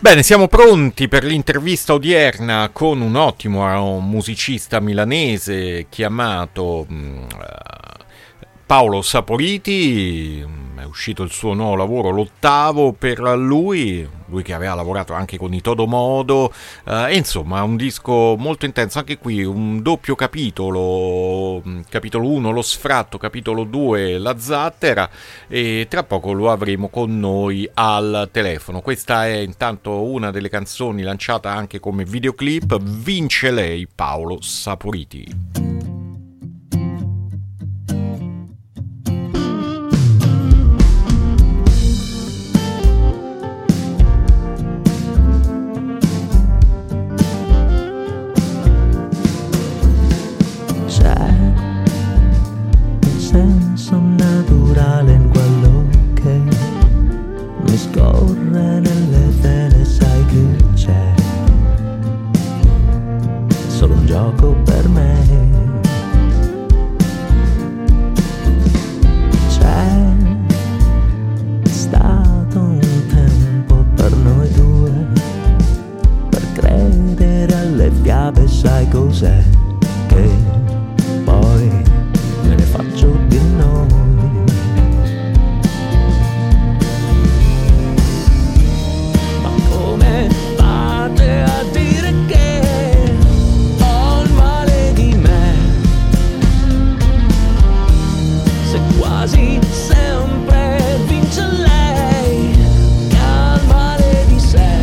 Bene, siamo pronti per l'intervista odierna con un ottimo musicista milanese chiamato Paolo Saporiti. È uscito il suo nuovo lavoro, l'8º per lui che aveva lavorato anche con i Todomodo, e insomma un disco molto intenso, anche qui un doppio capitolo 1 lo sfratto, capitolo 2 la zattera, e tra poco lo avremo con noi al telefono. Questa è intanto una delle canzoni lanciata anche come videoclip, Vince lei, Paolo Saporiti. Senso naturale in quello che mi scorre nelle vene, sai che c'è solo un gioco per me. C'è stato un tempo per noi due, per credere alle fiabe, sai cos'è che poi me ne faccio di noi. Ma come fate a dire che ho il male di me, se quasi sempre vince lei che ha il male di sé?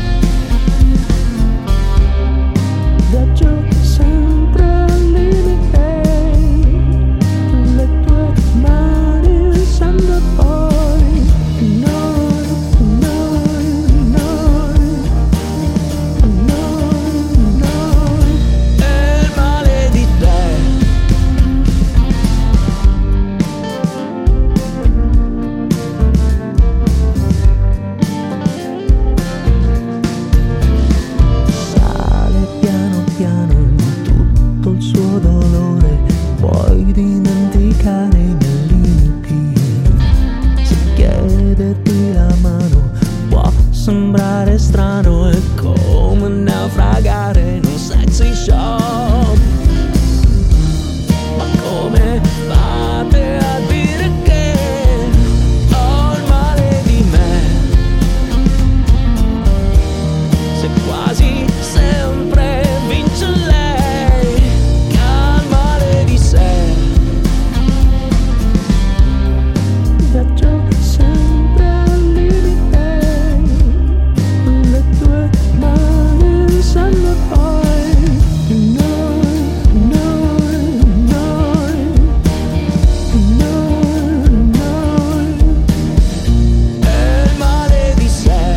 Viaggio sempre al limite, sembrare strano, è come naufragare in un sexy shop. Ma come fate a dire che ho il male di me, se quasi sempre vince lei che ha il male di sé? Viaggio sempre al limite, le tue mani sanno poi noi. È il male di sé.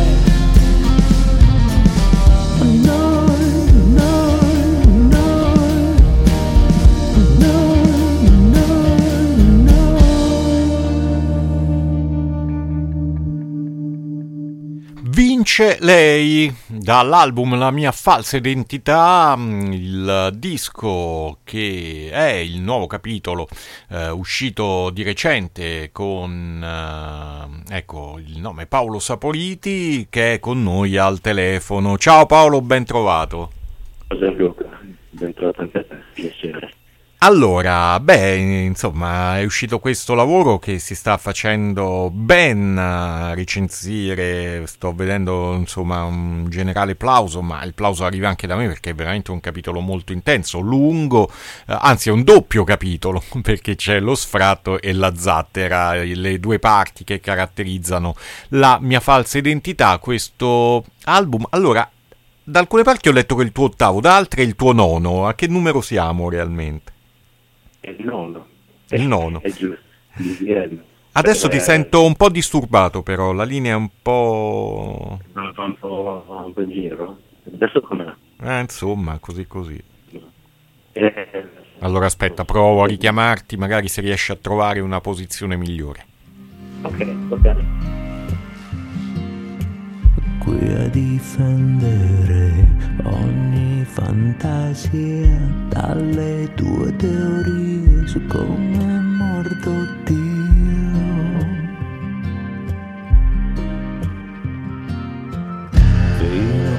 Vince lei, dall'album La mia falsa identità, il disco che è il nuovo capitolo uscito di recente con ecco il nome Paolo Saporiti, che è con noi al telefono. Ciao Paolo, ben trovato. Ciao Luca, ben trovato anche a te, piacere. Allora, insomma, è uscito questo lavoro che si sta facendo ben recensire, sto vedendo insomma un generale plauso, ma il plauso arriva anche da me perché è veramente un capitolo molto intenso, lungo, anzi è un doppio capitolo, perché c'è lo sfratto e la zattera, le due parti che caratterizzano La mia falsa identità, questo album. Allora, da alcune parti ho letto che è il tuo 8º, da altre il tuo 9º, a che numero siamo realmente? È il nono. Il nono. È giusto. Adesso ti sento un po' disturbato, però la linea è un po'... Un po' in giro. Adesso com'è? Insomma, così. Allora aspetta, provo a richiamarti, magari se riesci a trovare una posizione migliore. Ok, va bene. Qui a difendere ogni fantasia dalle tue teorie su come è morto Dio.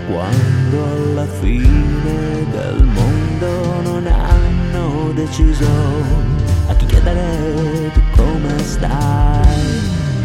quando alla fine del mondo non hanno deciso a chi chiedere tu come stai.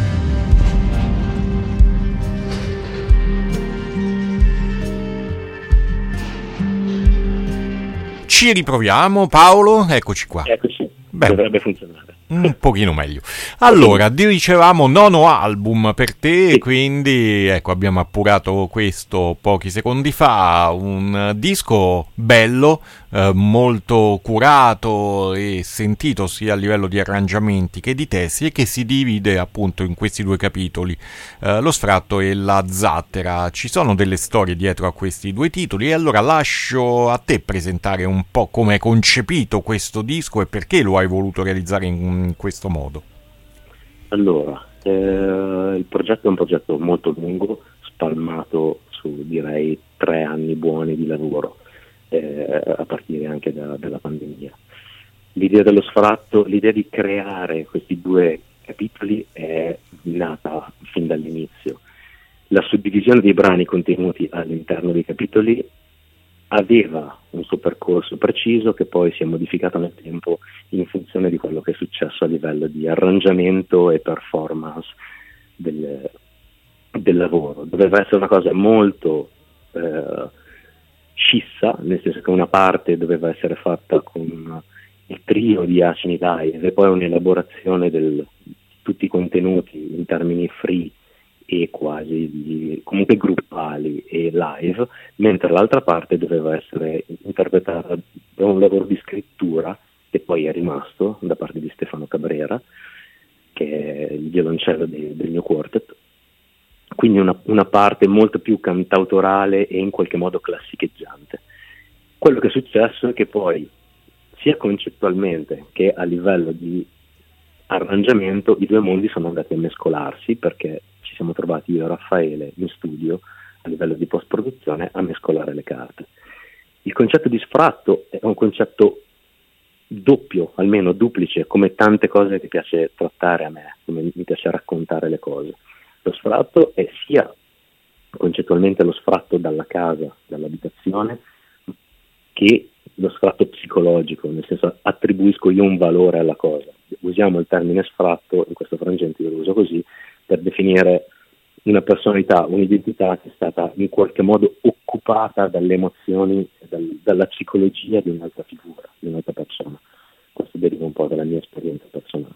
Ci riproviamo, Paolo, eccoci qua. Eccoci, Beh, dovrebbe funzionare. un pochino meglio. Allora, dicevamo nono album per te, Sì. quindi ecco, abbiamo appurato questo pochi secondi fa, un disco bello, molto curato e sentito sia a livello di arrangiamenti che di testi, e che si divide appunto in questi due capitoli, lo sfratto e la zattera. Ci sono delle storie dietro a questi due titoli, e allora lascio a te presentare un po' come hai concepito questo disco e perché lo hai voluto realizzare in questo modo. Allora, il progetto è un progetto molto lungo, spalmato su direi 3 anni buoni di lavoro, a partire anche dalla pandemia. L'idea dello sfratto, l'idea di creare questi due capitoli è nata fin dall'inizio. La suddivisione dei brani contenuti all'interno dei capitoli aveva un suo percorso preciso, che poi si è modificato nel tempo in funzione di quello che è successo a livello di arrangiamento e performance del lavoro. Doveva essere una cosa molto scissa, nel senso che una parte doveva essere fatta con il trio di Acini Live e poi un'elaborazione di tutti i contenuti in termini free e quasi comunque gruppali e live, mentre l'altra parte doveva essere interpretata da un lavoro di scrittura che poi è rimasto da parte di Stefano Cabrera, che è il violoncello del mio quartet, quindi una parte molto più cantautorale e in qualche modo classicheggiante. Quello che è successo è che poi sia concettualmente che a livello di arrangiamento i due mondi sono andati a mescolarsi, perché ci siamo trovati io e Raffaele in studio a livello di post-produzione a mescolare le carte. Il concetto di sfratto è un concetto doppio, almeno duplice, come tante cose che piace trattare a me, come mi piace raccontare le cose. Lo sfratto è sia concettualmente lo sfratto dalla casa, dall'abitazione, che lo sfratto psicologico, nel senso attribuisco io un valore alla cosa. Usiamo il termine sfratto, in questo frangente io lo uso così, per definire una personalità, un'identità che è stata in qualche modo occupata dalle emozioni, dalla psicologia di un'altra figura, di un'altra persona. Questo deriva un po' dalla mia esperienza personale.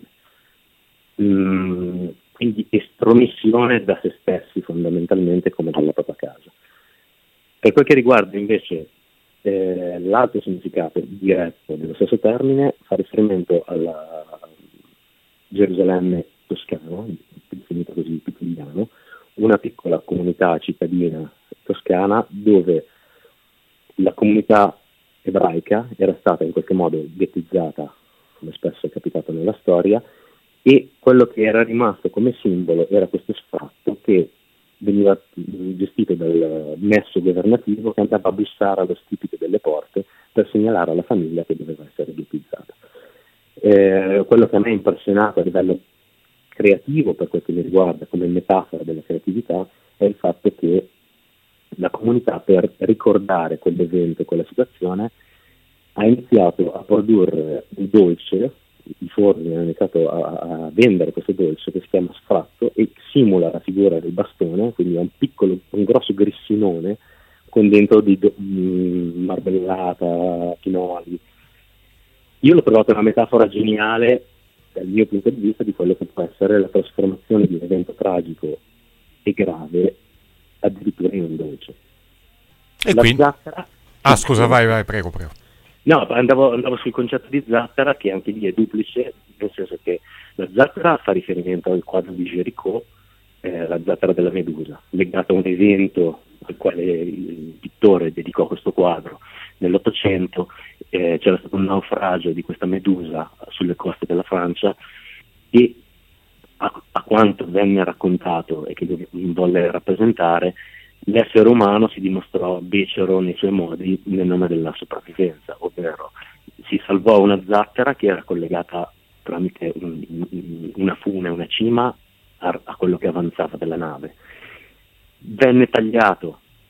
Quindi estromissione da se stessi fondamentalmente, come dalla propria casa. Per quel che riguarda invece l'altro significato diretto dello stesso termine, fa riferimento alla Gerusalemme toscana, definita così piccolino, una piccola comunità cittadina toscana dove la comunità ebraica era stata in qualche modo ghettizzata, come spesso è capitato nella storia, e quello che era rimasto come simbolo era questo sfratto che veniva gestito dal messo governativo, che andava a bussare allo stipite delle porte per segnalare alla famiglia che doveva essere ghettizzata. Quello che a me ha impressionato a livello creativo, per quel che mi riguarda, come metafora della creatività, è il fatto che la comunità, per ricordare quell'evento, quella situazione, ha iniziato a produrre un dolce. I forni hanno iniziato a vendere questo dolce che si chiama sfratto e simula la figura del bastone, quindi è un grosso grissinone con dentro di marmellata, pinoli. Io l'ho trovato una metafora geniale dal mio punto di vista di quello che può essere la trasformazione di un evento tragico e grave addirittura in un dolce. E La quindi? zattera... Scusa, vai, prego. No, andavo sul concetto di zattera, che anche lì è duplice, nel senso che la zattera fa riferimento al quadro di Géricault, la zattera della Medusa, legata a un evento al quale il pittore dedicò questo quadro nell'Ottocento. C'era stato un naufragio di questa Medusa sulle coste della Francia e a quanto venne raccontato e che lui volle rappresentare, l'essere umano si dimostrò becero nei suoi modi nel nome della sopravvivenza, ovvero si salvò una zattera che era collegata tramite una fune, una cima a quello che avanzava della nave. Venne tagliato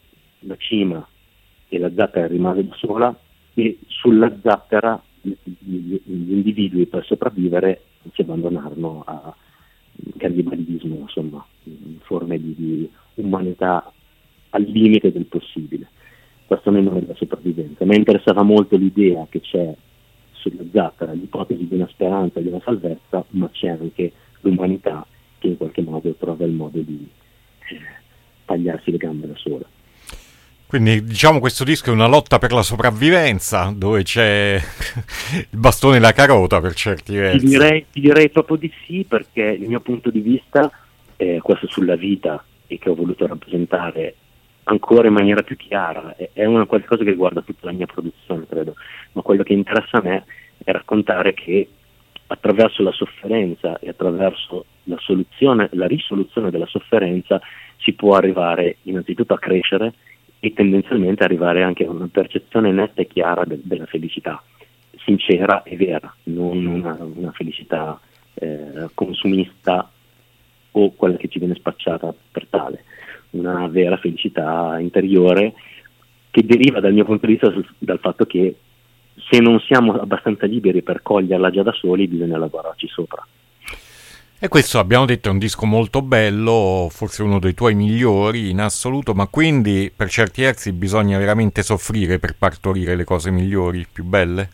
la cima e la zattera rimase da sola, e sulla zattera gli individui per sopravvivere si abbandonarono a cannibalismo, insomma, forme di umanità al limite del possibile. Questo nel nome della sopravvivenza. Mi interessava molto l'idea che c'è sulla zattera l'ipotesi di una speranza, di una salvezza, ma c'è anche l'umanità che in qualche modo trova il modo di tagliarsi le gambe da sola. Quindi diciamo questo disco è una lotta per la sopravvivenza, dove c'è il bastone e la carota per certi versi. Ti direi proprio di sì, perché il mio punto di vista, questo sulla vita e che ho voluto rappresentare ancora in maniera più chiara, è una qualcosa che riguarda tutta la mia produzione, credo, ma quello che interessa a me è raccontare che attraverso la sofferenza e attraverso la risoluzione della sofferenza si può arrivare innanzitutto a crescere e tendenzialmente arrivare anche a una percezione netta e chiara della felicità, sincera e vera, non una felicità consumista o quella che ci viene spacciata per tale, una vera felicità interiore che deriva dal mio punto di vista dal fatto che se non siamo abbastanza liberi per coglierla già da soli bisogna lavorarci sopra. E questo, abbiamo detto, è un disco molto bello, forse uno dei tuoi migliori in assoluto, ma quindi per certi versi bisogna veramente soffrire per partorire le cose migliori, più belle?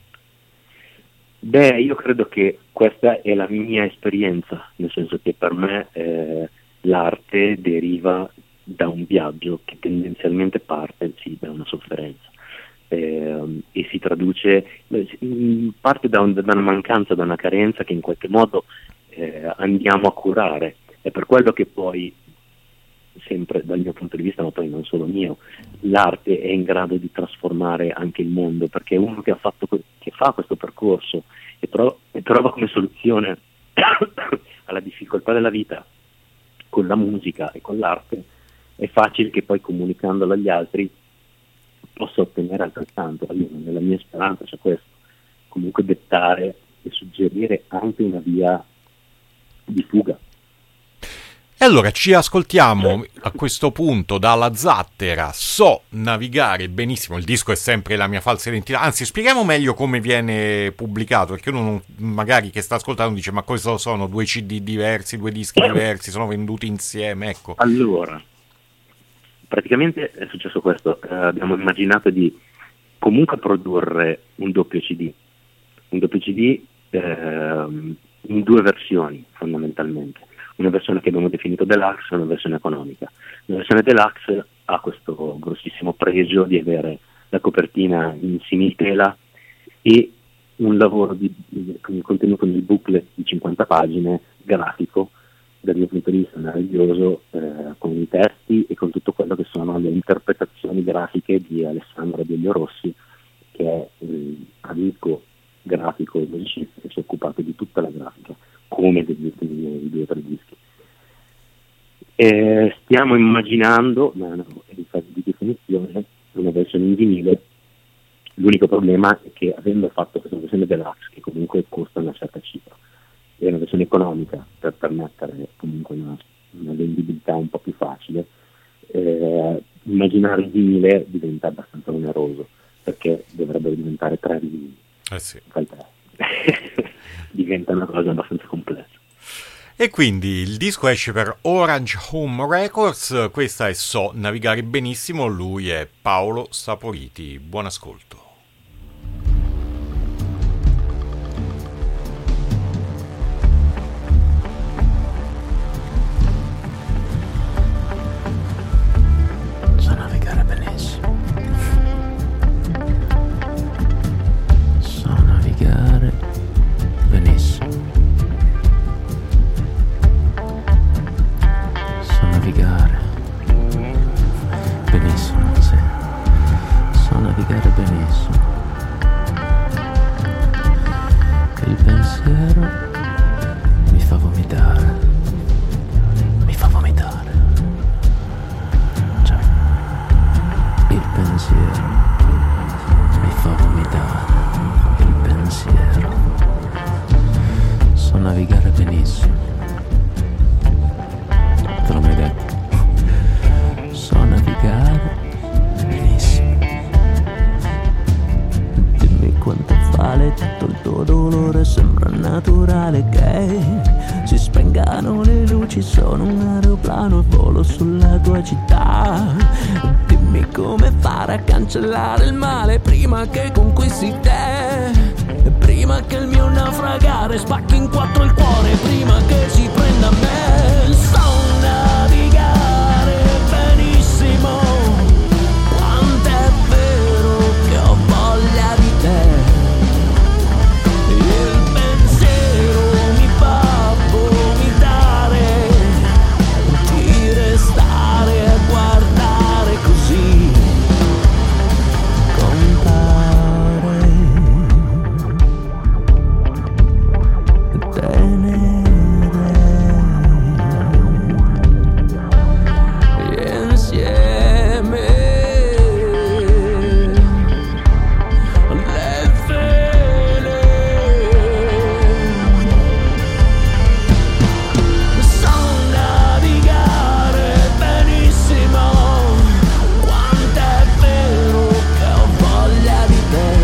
Beh, io credo che questa è la mia esperienza, nel senso che per me l'arte deriva da un viaggio che tendenzialmente parte da una sofferenza e si traduce, parte da una mancanza, da una carenza che in qualche modo andiamo a curare. È per quello che poi, sempre dal mio punto di vista, ma poi non solo mio, l'arte è in grado di trasformare anche il mondo, perché uno che fa questo percorso e trova come soluzione alla difficoltà della vita con la musica e con l'arte, è facile che poi comunicandolo agli altri possa ottenere altrettanto. Nella mia speranza c'è questo, comunque dettare e suggerire anche una via di fuga. E allora ci ascoltiamo a questo punto dalla zattera So navigare benissimo. Il disco è sempre La mia falsa identità, anzi spieghiamo meglio come viene pubblicato, perché uno magari che sta ascoltando dice ma cosa sono, 2 CD diversi, 2 dischi diversi, sono venduti insieme, ecco. Allora, praticamente è successo questo, abbiamo immaginato di comunque produrre un doppio CD in 2 versioni fondamentalmente, una versione che abbiamo definito deluxe e una versione economica. La versione deluxe ha questo grossissimo pregio di avere la copertina in similtela e un lavoro contenuto nel booklet di 50 pagine, grafico, dal mio punto di vista meraviglioso, con i testi e con tutto quello che sono le interpretazioni grafiche di Alessandro Adelio Rossi, che è amico grafico e musicista che si è occupato di tutta la grafica, come degli ultimi 2 o 3 dischi. Stiamo immaginando, ma no, è in fase di definizione, una versione in vinile. L'unico problema è che, avendo fatto questa versione deluxe, che comunque costa una certa cifra, e una versione economica per permettere comunque una vendibilità un po' più facile, immaginare il vinile diventa abbastanza oneroso, perché dovrebbero diventare 3 vinili. Sì. Diventa una cosa abbastanza complessa. E quindi il disco esce per Orange Home Records. Questa è So navigare benissimo. Lui è Paolo Saporiti. Buon ascolto. So navigare benissimo. Il pensiero mi fa vomitare, cioè, il pensiero mi fa vomitare, il pensiero, so navigare benissimo, te l'ho mai detto, so navigare ci sono un aeroplano e volo sulla tua città. Dimmi come fare a cancellare il male prima che conquisti te, prima che il mio naufragare spacchi in quattro il cuore, prima che si prenda a me. So navigare benissimo, quant'è vero che ho voglia di te. Il pensiero mi fa vomitare, di restare a guardare così compare, tenere insieme le vele. So navigare benissimo, quant'è vero che ho voglia di te.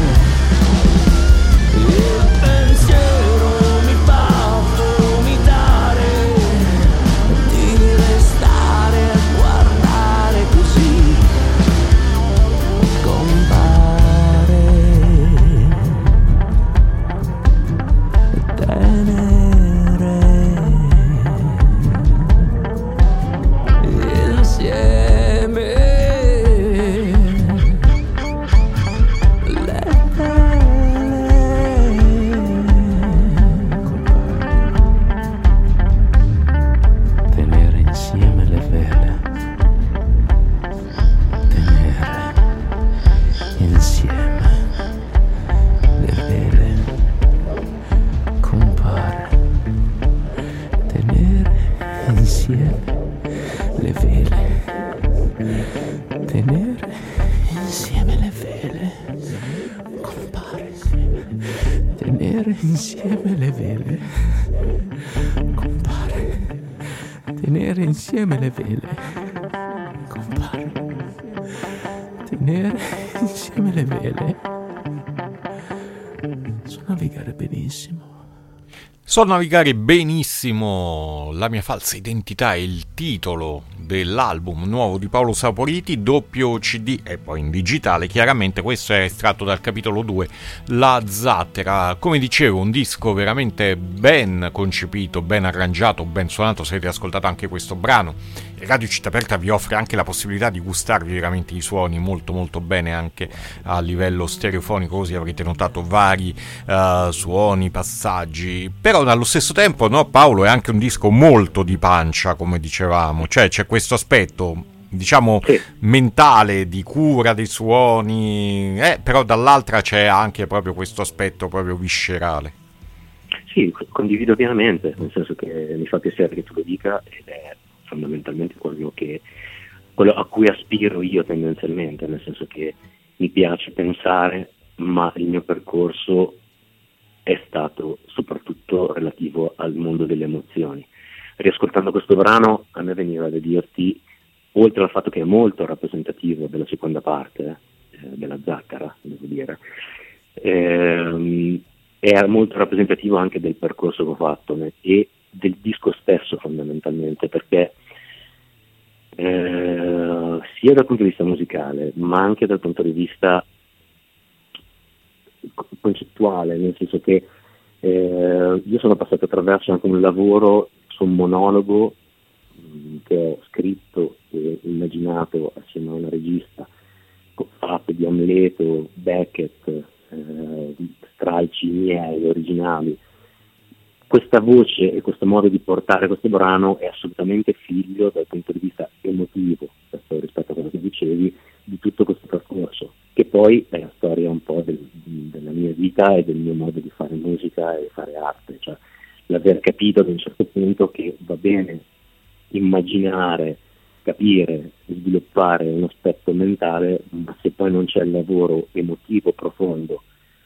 Il pensiero mi fa vomitare, di restare a guardare così compare, tenere insieme le vele, tenere insieme le vele, tenere insieme le vele, compare, tenere insieme le vele, tenere insieme le vele, compare, tenere insieme le vele, compare, tenere insieme le vele, compare, tenere insieme le vele. So navigare benissimo. So navigare benissimo, la mia falsa identità è il titolo dell'album nuovo di Paolo Saporiti, doppio CD e poi in digitale, chiaramente. Questo è estratto dal capitolo 2, La Zattera. Come dicevo, un disco veramente ben concepito, ben arrangiato, ben suonato. Se avete ascoltato anche questo brano, Radio Città Aperta vi offre anche la possibilità di gustarvi veramente i suoni molto molto bene anche a livello stereofonico, così avrete notato vari suoni, passaggi. Però allo stesso tempo, no, Paolo, è anche un disco molto di pancia, come dicevamo, cioè c'è questo aspetto, diciamo, Sì. mentale, di cura dei suoni, però dall'altra c'è anche proprio questo aspetto proprio viscerale. Sì, condivido pienamente, nel senso che mi fa piacere che tu lo dica, ed è fondamentalmente quello a cui aspiro io tendenzialmente, nel senso che mi piace pensare, ma il mio percorso è stato soprattutto relativo al mondo delle emozioni. Riascoltando questo brano a me veniva da dirti, oltre al fatto che è molto rappresentativo della seconda parte della Zattera, devo dire, è molto rappresentativo anche del percorso che ho fatto e del disco stesso fondamentalmente, perché sia dal punto di vista musicale ma anche dal punto di vista concettuale, nel senso che io sono passato attraverso anche un lavoro su un monologo che ho scritto e immaginato assieme a una regista, fatto di Amleto, Beckett, stralci miei originali. Questa voce e questo modo di portare questo brano è assolutamente figlio dal punto di vista emotivo, rispetto a quello che dicevi, di tutto questo percorso, che poi è la storia un po' della mia vita e del mio modo di fare musica e fare arte, cioè l'aver capito ad un certo punto che va bene immaginare, capire, sviluppare un aspetto mentale, ma se poi non c'è il lavoro emotivo profondo,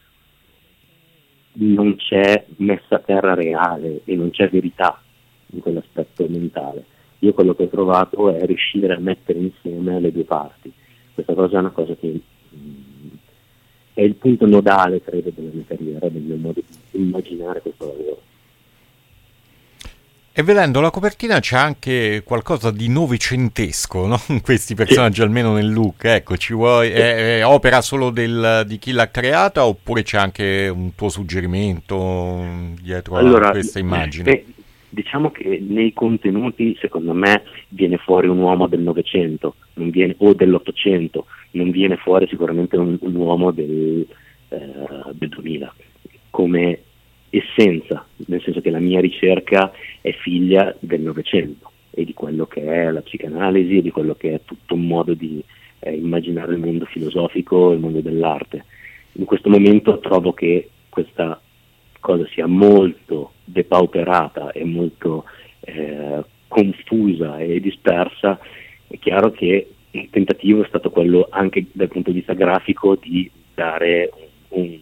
non c'è messa a terra reale e non c'è verità in quell'aspetto mentale. Io quello che ho trovato è riuscire a mettere insieme le due parti. Questa cosa è una cosa che è il punto nodale, credo, della mia carriera, del mio modo di immaginare questo lavoro. E vedendo la copertina c'è anche qualcosa di novecentesco, no? Questi personaggi, almeno nel look, ecco, ci vuoi, è opera solo di chi l'ha creata oppure c'è anche un tuo suggerimento dietro a questa immagine? Diciamo che nei contenuti, secondo me, viene fuori un uomo del Novecento, o dell'Ottocento, non viene fuori sicuramente un uomo del 2000, come essenza, nel senso che la mia ricerca è figlia del Novecento e di quello che è la psicanalisi e di quello che è tutto un modo di immaginare il mondo filosofico e il mondo dell'arte. In questo momento trovo che questa cosa sia molto depauperata e molto confusa e dispersa. È chiaro che il tentativo è stato quello, anche dal punto di vista grafico, di dare un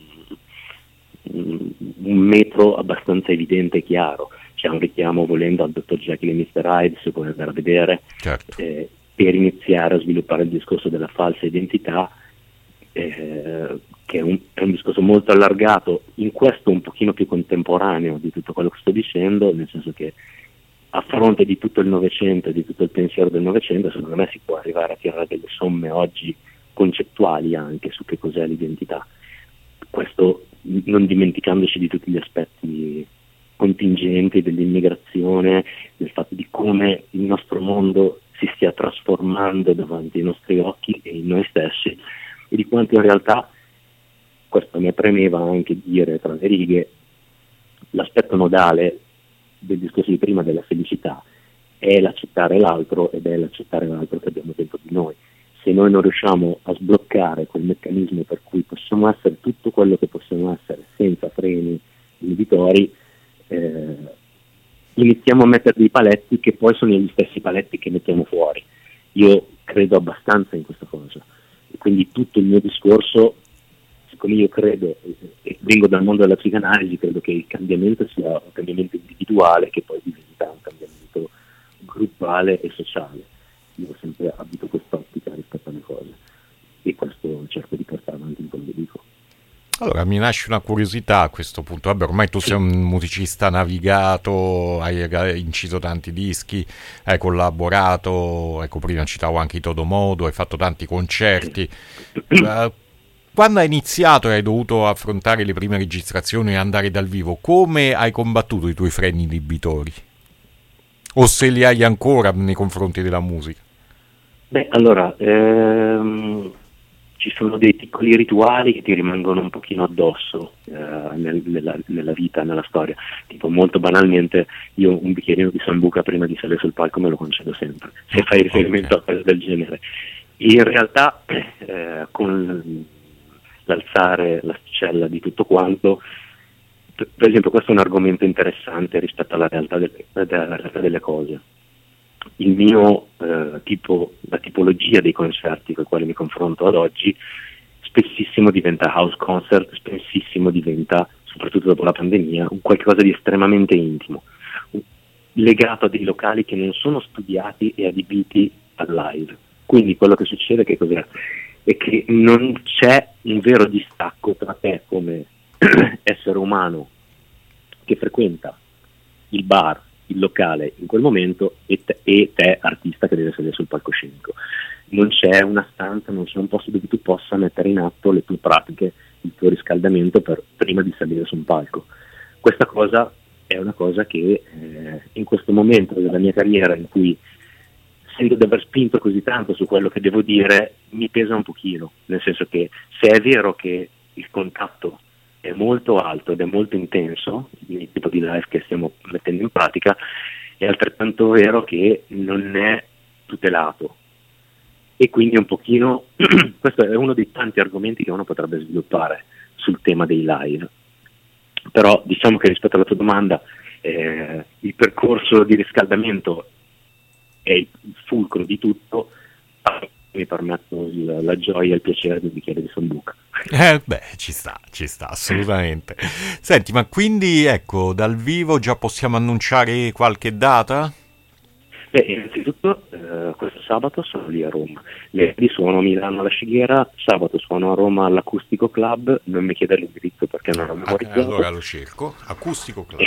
metro abbastanza evidente e chiaro. C'è un richiamo, volendo, al Dr. Jekyll e Mr. Hyde, se puoi andare a vedere, certo. Per iniziare a sviluppare il discorso della falsa identità, che è un discorso molto allargato, in questo un pochino più contemporaneo di tutto quello che sto dicendo, nel senso che a fronte di tutto il Novecento e di tutto il pensiero del Novecento, secondo me si può arrivare a tirare delle somme oggi concettuali anche su che cos'è l'identità. Questo non dimenticandoci di tutti gli aspetti contingenti dell'immigrazione, del fatto di come il nostro mondo si stia trasformando davanti ai nostri occhi e in noi stessi, e di quanto in realtà, questo mi premeva anche dire tra le righe, l'aspetto nodale del discorso di prima della felicità è l'accettare l'altro, ed è l'accettare l'altro che abbiamo dentro di noi. Se noi non riusciamo a sbloccare quel meccanismo per cui possiamo essere tutto quello che possiamo essere senza freni inibitori, iniziamo a mettere dei paletti che poi sono gli stessi paletti che mettiamo fuori. Io credo abbastanza in questa cosa, e quindi tutto il mio discorso, siccome io credo e vengo dal mondo della psicanalisi, credo che il cambiamento sia un cambiamento individuale che poi diventa un cambiamento gruppale e sociale. Io ho sempre avuto quest'ottica rispetto alle cose, e questo cerco di portare avanti in quello che dico. Allora, mi nasce una curiosità a questo punto. Vabbè, ormai tu sei un musicista navigato, hai inciso tanti dischi, hai collaborato, ecco, prima citavo anche i Todomodo, hai fatto tanti concerti. Quando hai iniziato e hai dovuto affrontare le prime registrazioni e andare dal vivo, come hai combattuto i tuoi freni inibitori? O se li hai ancora nei confronti della musica? Beh, allora, ci sono dei piccoli rituali che ti rimangono un pochino addosso nella vita, nella storia. Tipo, molto banalmente, io un bicchierino di sambuca prima di salire sul palco me lo concedo sempre, se fai riferimento a cose del genere. In realtà, con l'alzare l'asticella di tutto quanto, per esempio, questo è un argomento interessante rispetto alla realtà delle cose. Il mio la tipologia dei concerti con i quali mi confronto ad oggi spessissimo diventa house concert, spessissimo diventa, soprattutto dopo la pandemia, un qualcosa di estremamente intimo, legato a dei locali che non sono studiati e adibiti al live. Quindi quello che succede che cos'è? È che non c'è un vero distacco tra te come essere umano che frequenta il bar, il locale in quel momento, e te artista che deve salire sul palcoscenico. Non c'è una stanza, non c'è un posto dove tu possa mettere in atto le tue pratiche, il tuo riscaldamento prima di salire su un palco. Questa cosa è una cosa che in questo momento della mia carriera, in cui sento di aver spinto così tanto su quello che devo dire, mi pesa un pochino, nel senso che se è vero che il contatto è molto alto ed è molto intenso, il tipo di live che stiamo mettendo in pratica, è altrettanto vero che non è tutelato, e quindi un pochino questo è uno dei tanti argomenti che uno potrebbe sviluppare sul tema dei live. Però diciamo che rispetto alla tua domanda, il percorso di riscaldamento è il fulcro di tutto. Mi permetto la gioia e il piacere di un bicchiere di sambuca. Ci sta assolutamente. Senti, ma quindi ecco, dal vivo già possiamo annunciare qualche data? Innanzitutto questo sabato sono lì a Roma, venerdì suono a Milano alla Scigliera, sabato suono a Roma all'Acustico Club, non mi chiede l'indirizzo perché non l'ho memorizzato. Allora lo cerco, Acustico Club.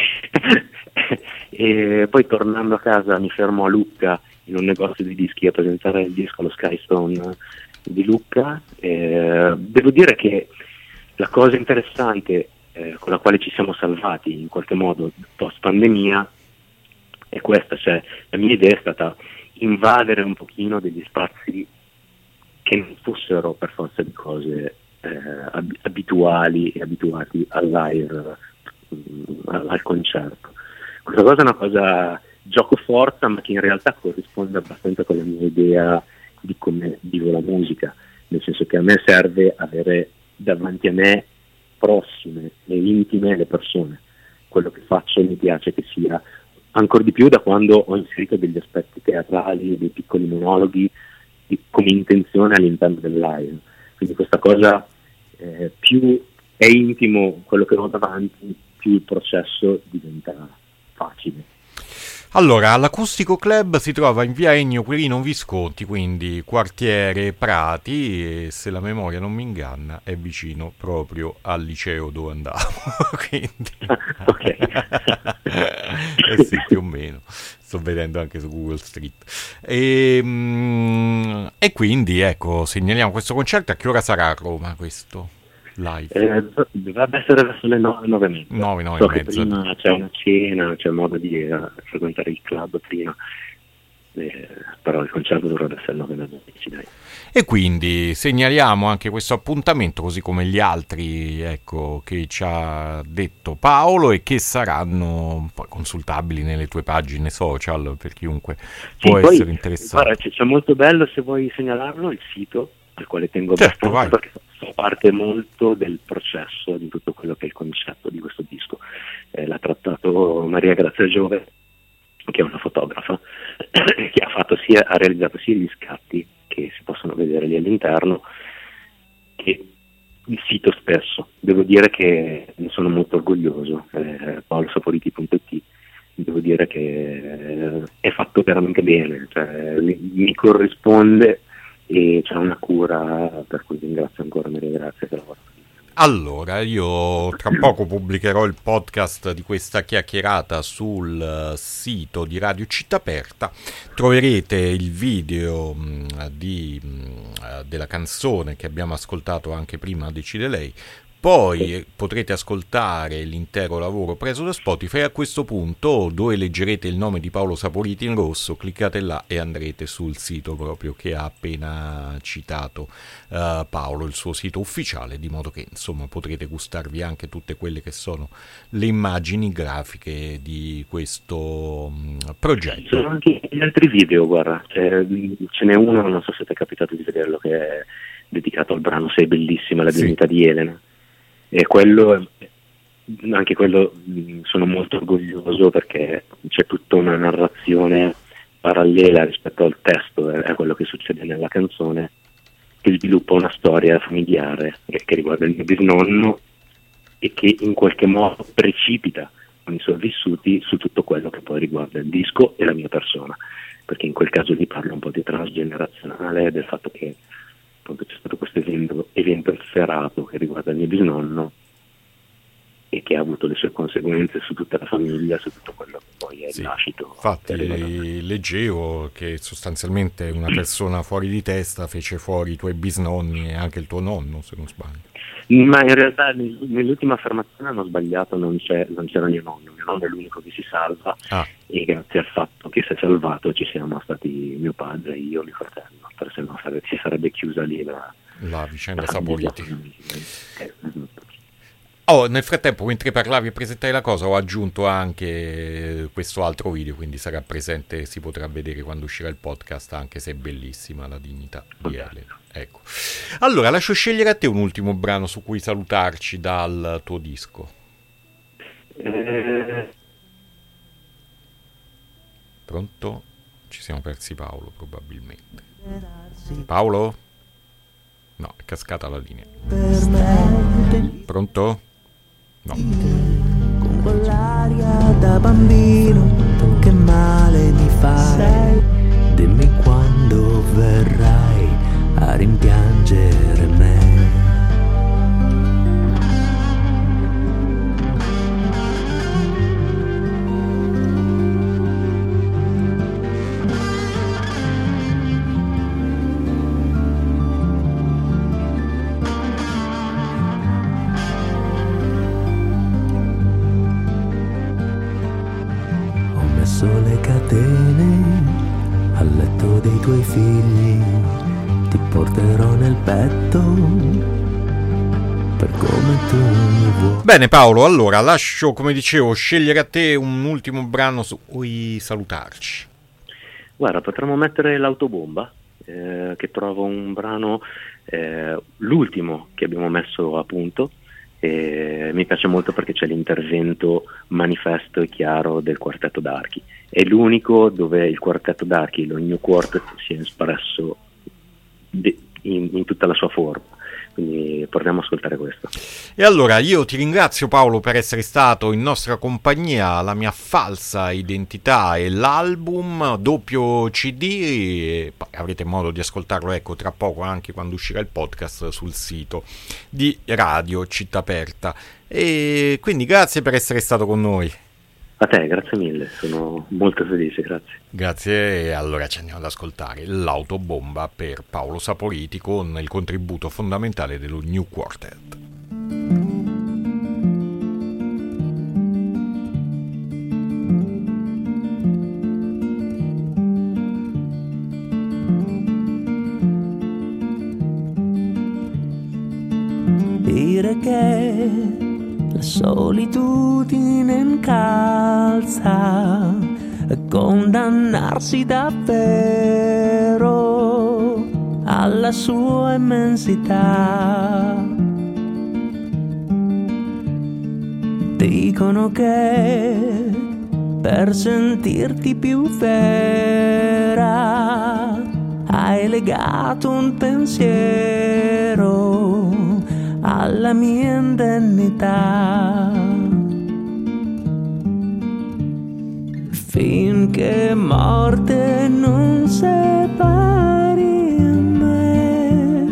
E poi tornando a casa mi fermo a Lucca in un negozio di dischi a presentare il disco allo Skystone di Lucca. Devo dire che la cosa interessante con la quale ci siamo salvati in qualche modo post pandemia è questa, cioè la mia idea è stata invadere un pochino degli spazi che non fossero per forza di cose abituali e abituati al live, al concerto. Questa cosa è una cosa gioco forza, ma che in realtà corrisponde abbastanza con la mia idea di come vivo la musica, nel senso che a me serve avere davanti a me prossime e intime le persone. Quello che faccio mi piace che sia ancora di più da quando ho inserito degli aspetti teatrali, dei piccoli monologhi come intenzione all'interno del live. Quindi questa cosa, più è intimo quello che ho davanti, più il processo diventa facile. Allora, all'Acustico Club si trova in via Ennio Quirino Visconti, quindi quartiere Prati, e se la memoria non mi inganna è vicino proprio al liceo dove andavo. Quindi... Ok. Sì, più o meno. Sto vedendo anche su Google Street. E quindi, ecco, segnaliamo questo concerto. A che ora sarà a Roma questo live? Dovrebbe essere verso le 9:30. 9 so e mezza. Prima c'è una cena, c'è modo di frequentare il club prima, però il concerto dovrebbe essere 9:30, dai. E quindi segnaliamo anche questo appuntamento, così come gli altri, ecco, che ci ha detto Paolo e che saranno poi consultabili nelle tue pagine social per chiunque può essere interessato. Guarda, c'è molto bello, se vuoi segnalarlo, il sito al quale tengo certo, abbastanza, perché fa parte molto del processo di tutto quello che è il concetto di questo disco. L'ha trattato Maria Grazia Giove, che è una fotografa che ha realizzato sia gli scatti che si possono vedere lì all'interno che il sito stesso. Devo dire che ne sono molto orgoglioso, paolosaporiti.it. Devo dire che è fatto veramente bene, cioè, mi corrisponde e c'è una cura per cui ringrazio ancora Maria Grazia che lavora. Allora, io tra poco pubblicherò il podcast di questa chiacchierata sul sito di Radio Città Aperta. Troverete il video della canzone che abbiamo ascoltato anche prima, Decide Lei. Poi potrete ascoltare l'intero lavoro preso da Spotify. A questo punto, dove leggerete il nome di Paolo Saporiti in rosso, cliccate là e andrete sul sito proprio che ha appena citato Paolo, il suo sito ufficiale, di modo che insomma potrete gustarvi anche tutte quelle che sono le immagini grafiche di questo progetto. Ci sono anche gli altri video, guarda, ce n'è uno, non so se ti è capitato di vederlo, che è dedicato al brano Sei bellissima, la dignità di Elena. E anche quello sono molto orgoglioso perché c'è tutta una narrazione parallela rispetto al testo, a quello che succede nella canzone, che sviluppa una storia familiare che riguarda il mio bisnonno e che in qualche modo precipita con i suoi vissuti su tutto quello che poi riguarda il disco e la mia persona, perché in quel caso lì parlo un po' di transgenerazionale, del fatto che appunto c'è stato questo evento efferato che riguarda il mio bisnonno e che ha avuto le sue conseguenze su tutta la famiglia, su tutto quello che poi è il lascito. Infatti leggevo che sostanzialmente una persona fuori di testa fece fuori i tuoi bisnonni e anche il tuo nonno, se non sbaglio. Ma in realtà nell'ultima affermazione hanno sbagliato, non c'era mio nonno è l'unico che si salva, e grazie al fatto che si è salvato ci siamo stati mio padre, io e mio fratello, per se no si sarebbe chiusa lì la vicenda Saporiti. Nel frattempo, mentre parlavi e presentavi la cosa, ho aggiunto anche questo altro video, quindi sarà presente, si potrà vedere quando uscirà il podcast, anche se è bellissima la dignità di Elena. Ecco. Allora, lascio scegliere a te un ultimo brano su cui salutarci dal tuo disco. Pronto? Ci siamo persi Paolo, probabilmente. Paolo? No, è cascata la linea. Pronto? No. Con quell'aria da bambino che male mi fa. fai, dimmi quando verrai a rimpiangere me. Le catene al letto dei tuoi figli, ti porterò nel petto per come tu mi vuoi. Bene Paolo, allora lascio, come dicevo, scegliere a te un ultimo brano. Vuoi salutarci? Guarda, potremmo mettere L'autobomba, che trovo un brano, l'ultimo che abbiamo messo a punto. Mi piace molto perché c'è l'intervento manifesto e chiaro del quartetto d'archi. È l'unico dove il quartetto d'archi, lo New Quartet, si è espresso in tutta la sua forma. Quindi proviamo ad ascoltare questo. E allora io ti ringrazio Paolo per essere stato in nostra compagnia. La mia falsa identità è l'album doppio CD, e avrete modo di ascoltarlo, ecco, tra poco, anche quando uscirà il podcast, sul sito di Radio Città Aperta. E quindi grazie per essere stato con noi. A te, grazie mille, sono molto felice, grazie. Grazie, e allora ci andiamo ad ascoltare L'autobomba per Paolo Saporiti con il contributo fondamentale dello New Quartet. Dire che la solitudine incalza e condannarsi davvero alla sua immensità. Dicono che per sentirti più vera hai legato un pensiero alla mia indennità, finché morte non separi me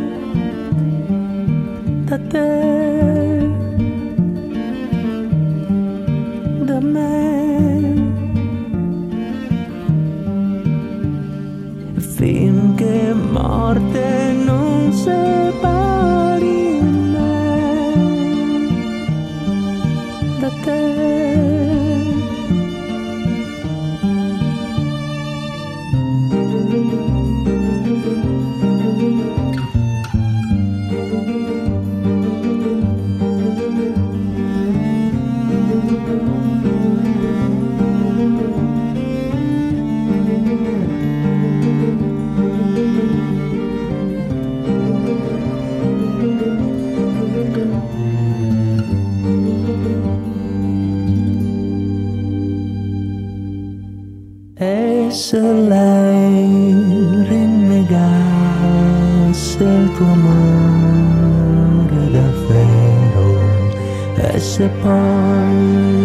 da te, da me, finché morte non separi da te. E se lei rinnegasse il tuo amore davvero, e se poi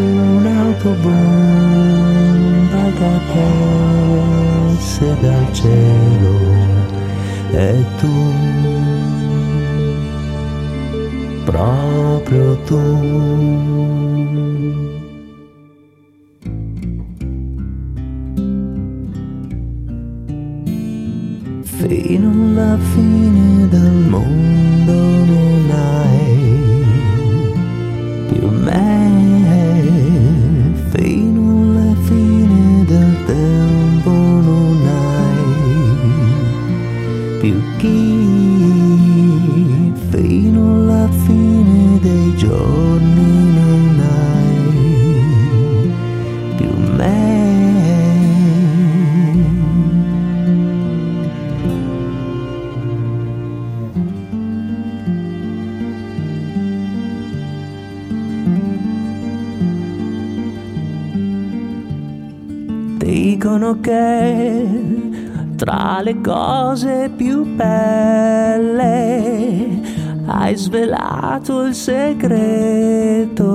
un'autobomba cadesse dal cielo e tu, proprio tu, fino alla fine del mondo non hai più me, fino alla fine del tempo non hai più chi, fino alla fine dei giorni non hai più me. Dicono che tra le cose più belle hai svelato il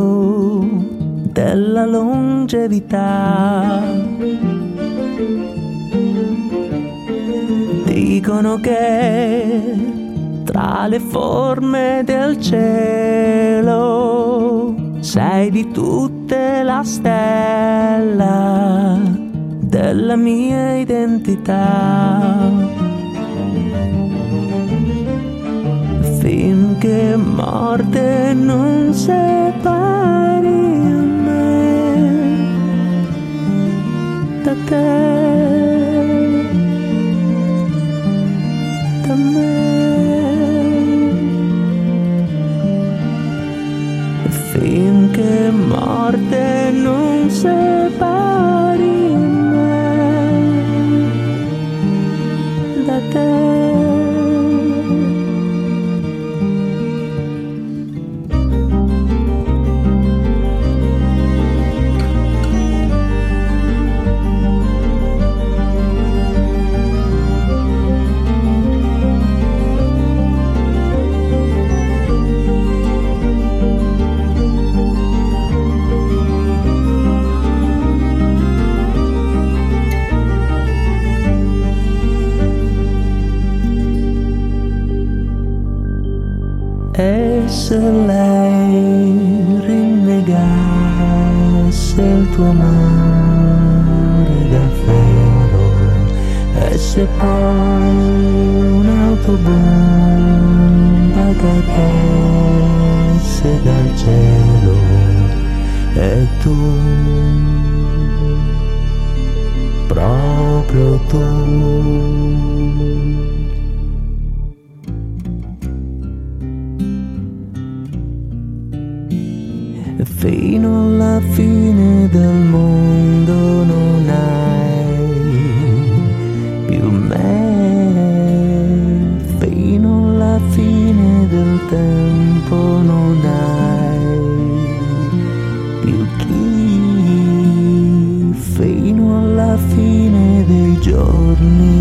segreto della longevità. Dicono che tra le forme del cielo sei di tutte la stella della mia identità. Finché morte non separi me da te, da me. Finché morte non separi me da te. E se lei rinnegasse il tuo amore davvero, e se poi un'autobomba cadesse dal cielo e tu, proprio tu, fino alla fine del mondo non hai più me, fino alla fine del tempo non hai più chi, fino alla fine dei giorni